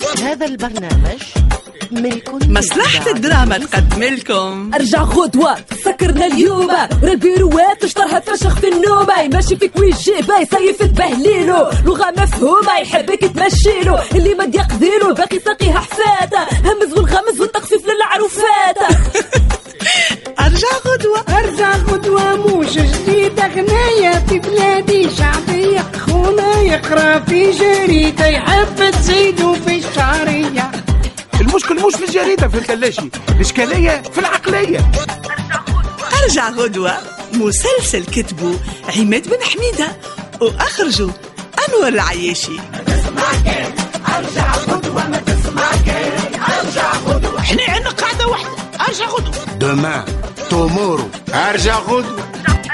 هذا البرنامج ملك مصلحة الدراما تقدم لكم ارجع غدوة سكرنا اليوم ورا البيروات اشطرها فشخ في النوم ماشي فيك ويجيبها يصيف تبهليلو لغة مفهومة يحبك تمشيلو اللي ما يقديلو باقي ساقيها حفاتة همز والغمز والتخفيف للعروفات ارجع غدوة موش جديدة غناية في بلادي شعبية خونا يقرا في جريدة يحب تزيدو في الشعرية. المشكل مش في الجريدة في الثلاجة، الإشكالية في العقلية. أرجع غدوة مسلسل كتبه عماد بن حميدة وأخرجه أنور العياشي. أرجع غدوة ما تسمع كلام أرجع غدوة احنا عندنا قاعدة واحدة، أرجع غدوة دومان تومورو أرجع غدوة.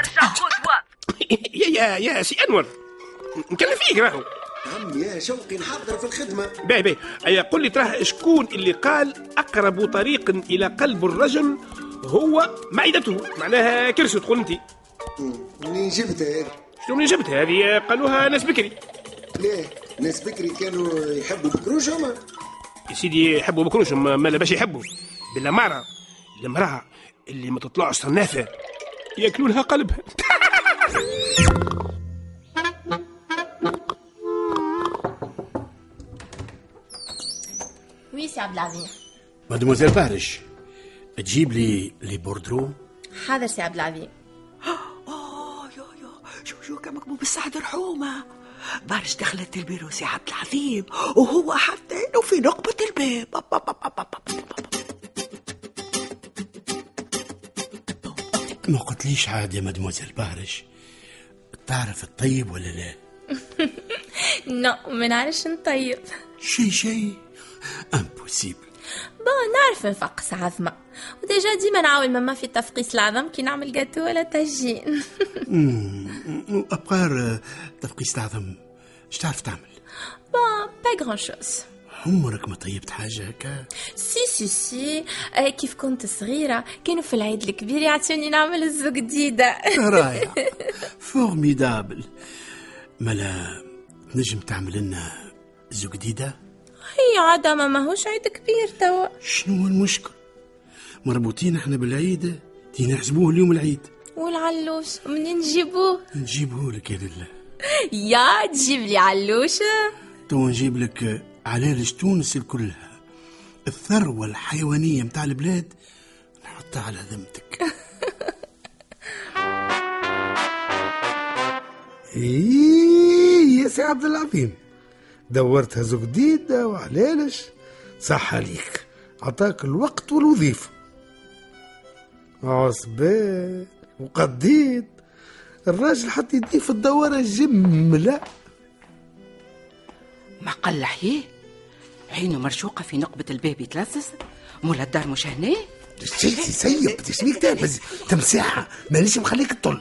يا سي أنور نكلم فيك راهو. عم يا شوقي نحضر في الخدمة. باهي قل لي تراه شكون اللي قال أقرب طريق إلى قلب الرجل هو معدته، معناها كرسي تقول أنت. منين جبتها؟ شنو منين جبتها هذه؟ قالوها ناس بكري. ليه؟ ناس بكري كانوا يحبوا بكروش هما؟ يا سيدي يحبوا بكروش ما لا باش يحبوا بالأمارة المرأة اللي ما تطلعش صنافة ياكلوا لها قلبها. وي سي عبد العزيز. مادموزيل بارش تجيب لي بوردرو. حاضر سي عبد العزيز. شو كان مكبوب بالسعد رحومة بارش دخلت البيرو سي عبد العظيم وهو حاطينه في نقبة الباب. ما قلتليش عاد يا مادموزيل بارش، تعرف الطيب ولا لا؟ لا ما نعرفش نطيب. شي امبوسيبل. نعرف نفقس عظمة وديجا ديما نعاون ماما في تفقيس العظم كي نعمل جاتو ولا تجين. أبقار تفقيس العظم اش تعرف تعمل؟ با غران شوز. عمرك ما طيبت حاجة هكا؟ سي كيف كنت صغيرة كانوا في العيد الكبير يعطوني نعمل الزوق جديدة. رائع فورميدابل. ملا تنجم تعمل لنا زوق جديدة؟ هي عادة ماهوش عيد كبير توا. شنو المشكل؟ مربوطين احنا بالعيد تي نحسبوه اليوم العيد. والعلوش منين نجيبوه؟ نجيبه لك يا لله. يا تجيب لي علوشة؟ تو نجيب لك علالج تونس كلها، الثروة الحيوانية متاع البلاد نحطها على ذمتك. يا سي عبد العظيم دورتها زوج جديدة وعلالش صح عليك، عطاك الوقت والوظيفة عصبان وقديد الراجل حتى يديه في الدورة جملة. ما قل لحيه عينه مرشوقة في نقبة الباب يتلصص مولا الدار مش هنا. سيب تسميك تهمز تمساحة ماليش مخليك تطل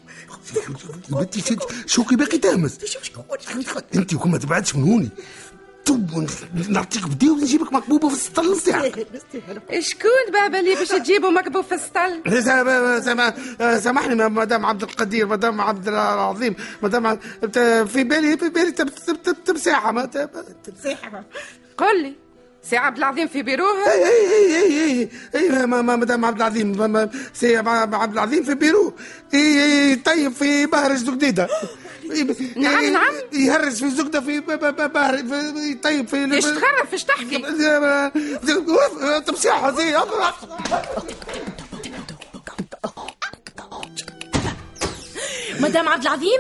شوكي باقي تهمز انت وكم ما تبعدش من هوني نعطيك بدي ونجيبك مكبوبة في السطل نتاعك. شكون بابا اللي باش تجيبه مكبوب في السطل؟ سامحني مدام عبد القدير مدام عبد العظيم مدام في بالي تمساحة ما تمساحة. قل لي سي عبد العظيم في بيروها؟ اي مدام عبد العظيم سي عبد العظيم في بيروه طيب في بهرج جديدة. نعم يهرس في زقده في بهر طيب في ايش تخرف ايش تحكي؟ تمسيحه زي مدام عبد العظيم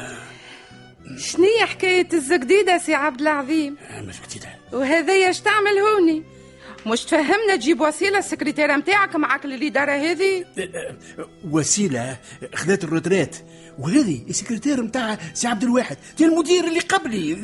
شنية حكاية الزقديدة سي عبد العظيم؟ مش جديدة. وهذا ايش تعمل هوني؟ مش تفهمنا تجيب وسيلة السكرتيرة متاعك معاك الإدارة هذه؟ وسيلة خذات الروترات وهذه السكرتير متاع سي عبد الواحد دي المدير اللي قبلي.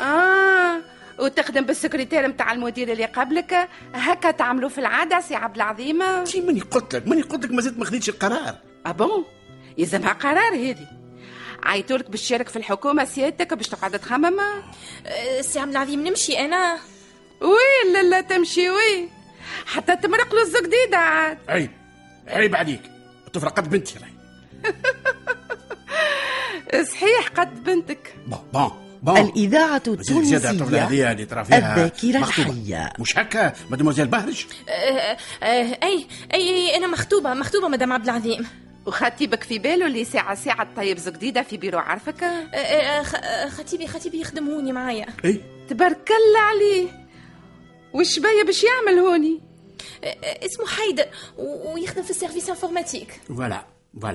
وتخدم بالسكرتير متاع المدير اللي قبلك هكا تعملوا في العادة سي عبد العظيم؟ ماني قلت لك ما زلت ما خديتش القرار. أبون يلزمها قرار هذه. عيطولك باش تشارك في الحكومة سيادتك باش تقعد تخمم؟ سي عبد العظيم نمشي أنا؟ وي لا تمشي وي حتى تمرق له الزقديدة عاد. عيب عليك الطفلة قد بنتي راهي. صحيح قد بنتك. بون الإذاعة التونسية الذاكرة الحية. مش هكا مدموزيل بهرج؟ أي أنا مخطوبة مدام عبد العظيم. وخطيبك في باله اللي ساعة طيب جديدة في بيرو عارفك؟ خطيبي يخدموني معايا. اي تبارك الله عليه. وش بايا باش يعمل هوني؟ اسمه حيدر ويخدم في السيرفيس انفورماتيك. فوالا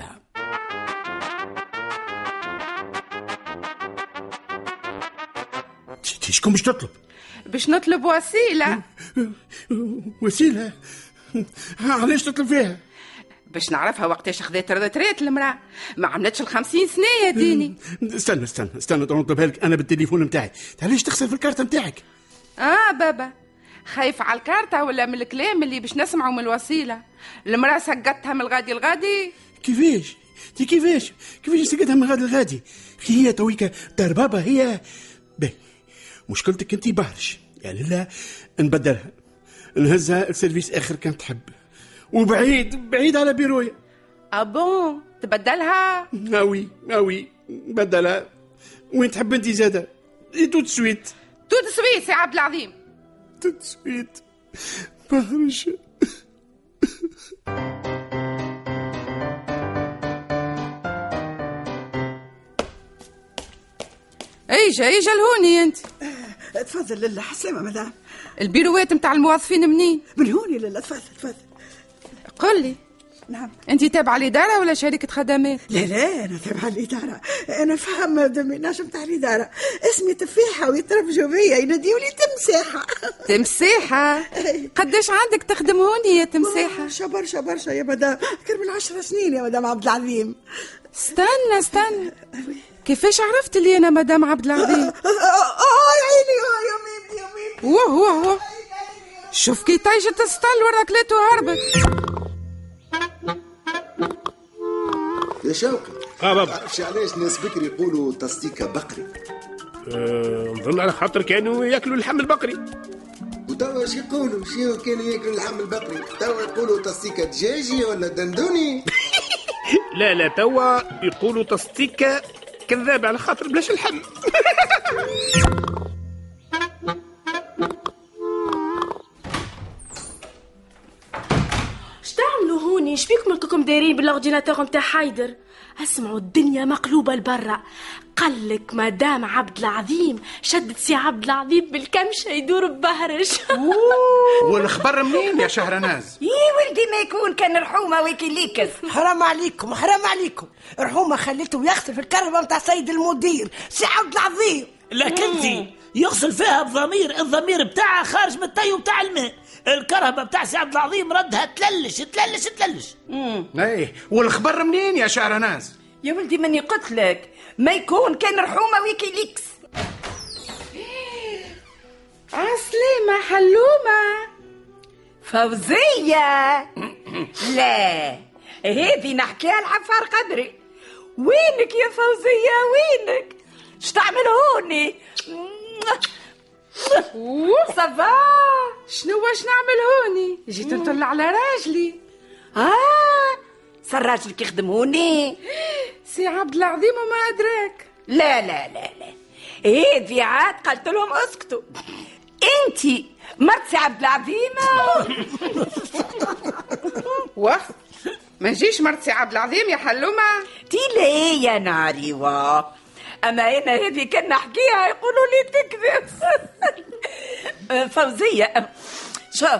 شكون باش تطلب؟ باش نطلب وسيلة. وسيلة؟ علاش تطلب فيها؟ باش نعرفها وقتاش خذات الريتريت المرأة. ما عملتش 50 سنة يا ديني. استنى نطلبها لك انا بالتليفون نتاعي. علاش تخسر في الكارتة نتاعك؟ بابا خايف على الكارتة ولا من الكلام اللي باش نسمعه من الوسيلة؟ المرأة سقطتها من الغادي. كيفاش سقطتها من الغادي؟ هي تويكا دار بابا هي. باهي مشكلتك انتي بهرش يعني. لا نبدلها نهزها السيرفيس اخر كان تحب وبعيد على بيرويا. بون تبدلها؟ اوي بدلها. وين تحب انتي زاده؟ توت سويت سي عبد العظيم. توت سويت بهرش. ايجا لهوني انت. تفضل لله. حسلامة مدام. البيروات متاع الموظفين منين؟ من هوني لله. تفضل. قل لي. نعم. انت تابعه الاداره ولا شركه خدمات؟ لا انا تابعه الاداره. انا فهم دميناش متاع الاداره. اسمي تفاحه ويترفجوا بيا يناديوا لي تمساحه. قداش عندك تخدم هوني يا تمساحه؟ برشا يا مدام. أكثر من 10 سنين يا مدام عبد العظيم. استنى كيفاش عرفت اللي انا مدام عبد العظيم؟ يا عيني يا ميمي. واه شوف كي طايشه تستل وركلته هربت. يا شوقي بابا تعرفش علاش ناس بكري يقولوا تصديقة بقري؟ نظن على خاطر كانوا ياكلوا اللحم البقري. وتوا شو يقولوا؟ شو كانوا ياكلوا اللحم البقري؟ توا يقولوا تصديقة دجاجي ولا دندوني؟ لا توا يقولوا تصديقة كذاب على خاطر بلاش اللحم. تعملوا هوني؟ شبيكم لكم دايرين بالاورديناتور نتاع حيدر؟ اسمعوا الدنيا مقلوبه لبرا. قالك مدام عبد العظيم شدت سي عبد العظيم بالكمشه يدور ببهرج. والخبر منين يا شهرناز؟ يا ولدي ما يكون كان رحومه ويكيليكس. حرام عليكم رحومه خليته يغسل في الكهرباء نتاع سيد المدير سي عبد العظيم. لكن يغسل فيها بضمير. الضمير بتاعها خارج من التايو بتاع الماء. الكهرباء بتاع سي عبد العظيم ردها تللش. ايه والخبر منين يا شهرناز؟ يا ولدي مني قلت لك ما يكون كان رحومه ويكيليكس. عسلامة حلومة. فوزية. لا هذه نحكيها العفار قدري. وينك يا فوزية وينك؟ شو تعمل هوني؟ صافا. شنو واش نعمل هوني؟ جيت نطلع على راجلي. صار راجلك يخدم هوني؟ سي عبد العظيم وما أدراك. لا هذه عاد قلت لهم اسكتوا. انتي مرت سي عبد العظيم. واه ما نجيش مرت سي عبد العظيم يا حلومة. ليه يا ناري اما انا هذه كان نحكيها يقولوا لي تكذب. فوزية شوف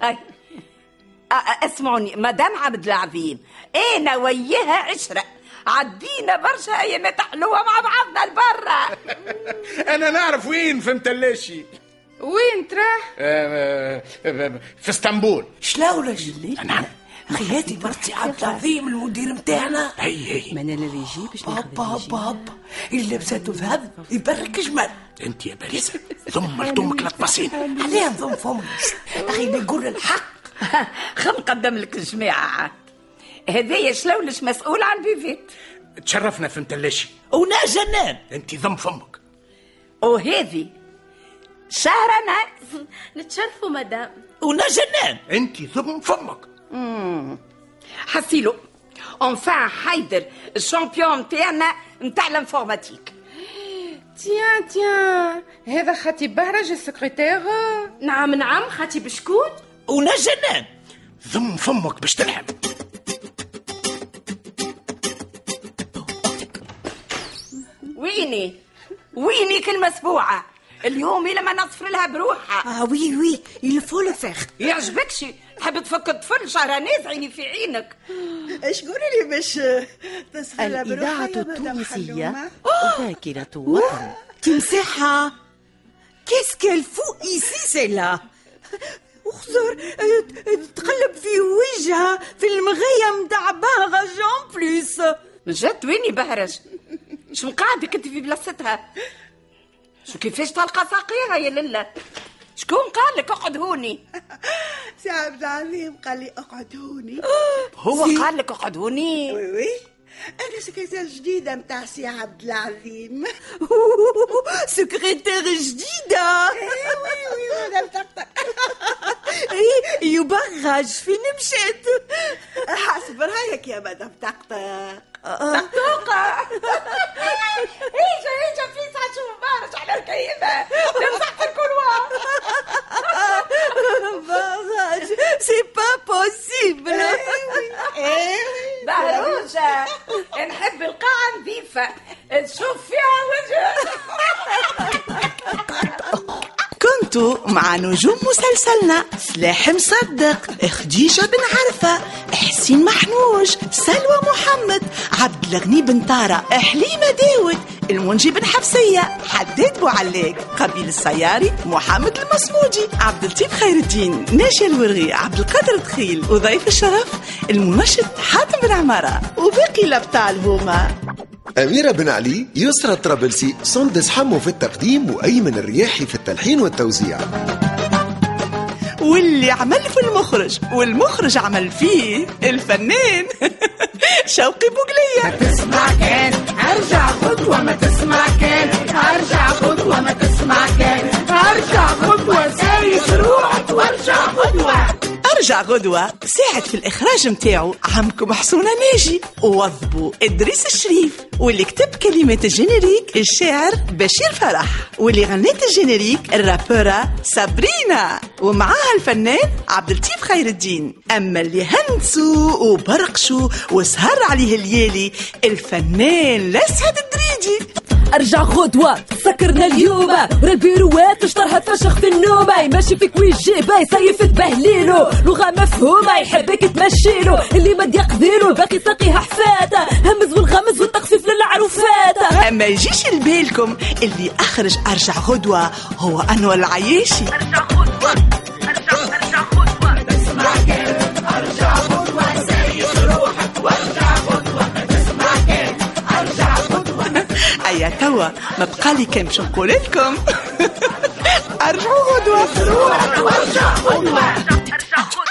اسمعوني مدام عبد العظيم انا وياها عشرة عدينا برشا ايامات حلوة مع بعضنا لبرا. انا نعرف وين في متلاشي. وين تراه؟ في اسطنبول. شلاولش نعم اخي هاتي مرتي عبد العظيم المدير متاعنا. هي من اللي يجي باش هبا اللي لبساته ذهب يبرك جمال. انت يا باريسة ضم لطمك لطبسين. عليه نضم فمك اخي بيقول الحق. خل نقدم لك الجماعة. هذايا شلولش مسؤول عن بيفيت. تشرفنا في متلاشي. ونا جنان. انت ضم فمك. وهذه شهرناز. نتشرفوا مدام. ونا جنان. انت ضم فمك. حسيلو انفان حيدر الشامبيون تاعنا نتاع الانفورماتيك. تيان هذا خطيب بهرج السكرتير. نعم خطيب شكون؟ ونجنان. ضم فمك باش تلحم. ويني كلمة سبوعة اليوم إلا ما نصفر لها بروحها. وي يلفو لو فيغ. يعجبكش تحب تفك الطفل شهرانيز عيني في عينك. شكون اللي باش تصفر لها بروحها؟ الإذاعة التونسية ذاكرة وطن. تمسحها. كيس كيل فو إيسي سيلا. وخزر تقلب في وجهها في المغية متاع بهرج بليس. جد ويني بهرج؟ شو قاعدك انت في بلاصتها؟ شو كيفاش تلقى ساقيها يا لله؟ شكون قال لك اقعد هوني؟ سي عبد العظيم قال لي اقعد هوني. هو قال لك اقعد هوني؟ وي انا سكرتير جديده متاع سي عبد العظيم. سكرتير جديده. وي انا مطقطق. يبغج فين مشيت؟ حسب رايك يا مدام طقطق. طقطوقة. ايجا في ساعة شو مبارج على الكيمة تمسح في الكروار. بغاج سي با بوسيبل. بهروجة نحب القاعة نظيفة نشوف فيها وجه. كنتوا مع نجوم مسلسلنا سلاح مصدق، خديجة بن عرفة، حسين محنوج، سلوى محمد، عبد الغني بن طارة، حليمة داود، المنجي بن حفصية، حداد بوعلاق، قبيل السياري، محمد المصمودي، عبد اللطيف خير الدين، ناشي الورغي، عبد القادر دخيل، وضيف الشرف المنشط حاتم بن عمارة، وباقي الأبطال هما أميرة بن علي، يسرى الطرابلسي، سندس حمو في التقديم، وأيمن الرياحي في التلحين والتوزيع. واللي عمل في المخرج والمخرج عمل فيه الفنان شوقي بوقلية. ما تسمع كان ارجع خطوة، ما تسمع كان ارجع خطوة، ما تسمع كان ارجع خطوة، سايس روحك وارجع خطوة. ارجع غدوة ساعد في الإخراج متاعو عمكم حسونة ناجي، ووظبوا إدريس الشريف، واللي كتب كلمات الجينيريك الشاعر بشير فرح، واللي غنت الجينيريك الرابورة سابرينا، ومعاها الفنان عبد اللطيف خير الدين. أما اللي هنسوا وبرقشوا وسهر عليه الليالي الفنان الأسعد الدريدي. ارجع غدوة سكرنا اليوم، البيروات تشطرها تفشخ في النوم، ماشي فيك ويجيبه يصيف تبهليلو، لغة مفهومة يحبك تمشيلو، اللي ما يقديلو باقي ساقيها حفاتة، همز والغمز والتخفيف للعروفات. أما يجيش لبالكم اللي أخرج أرجع غدوة هو أنور العياشي. ارجع غدوة ارجع غدوة، تسمع كان ارجع غدوة، سايس روحك وارجع غدوة، ما تسمع كان ارجع غدوة. أيا توا ما بقالي كان باش نقول لكم ارجعوا غدوة. روحك وارجع غدوة.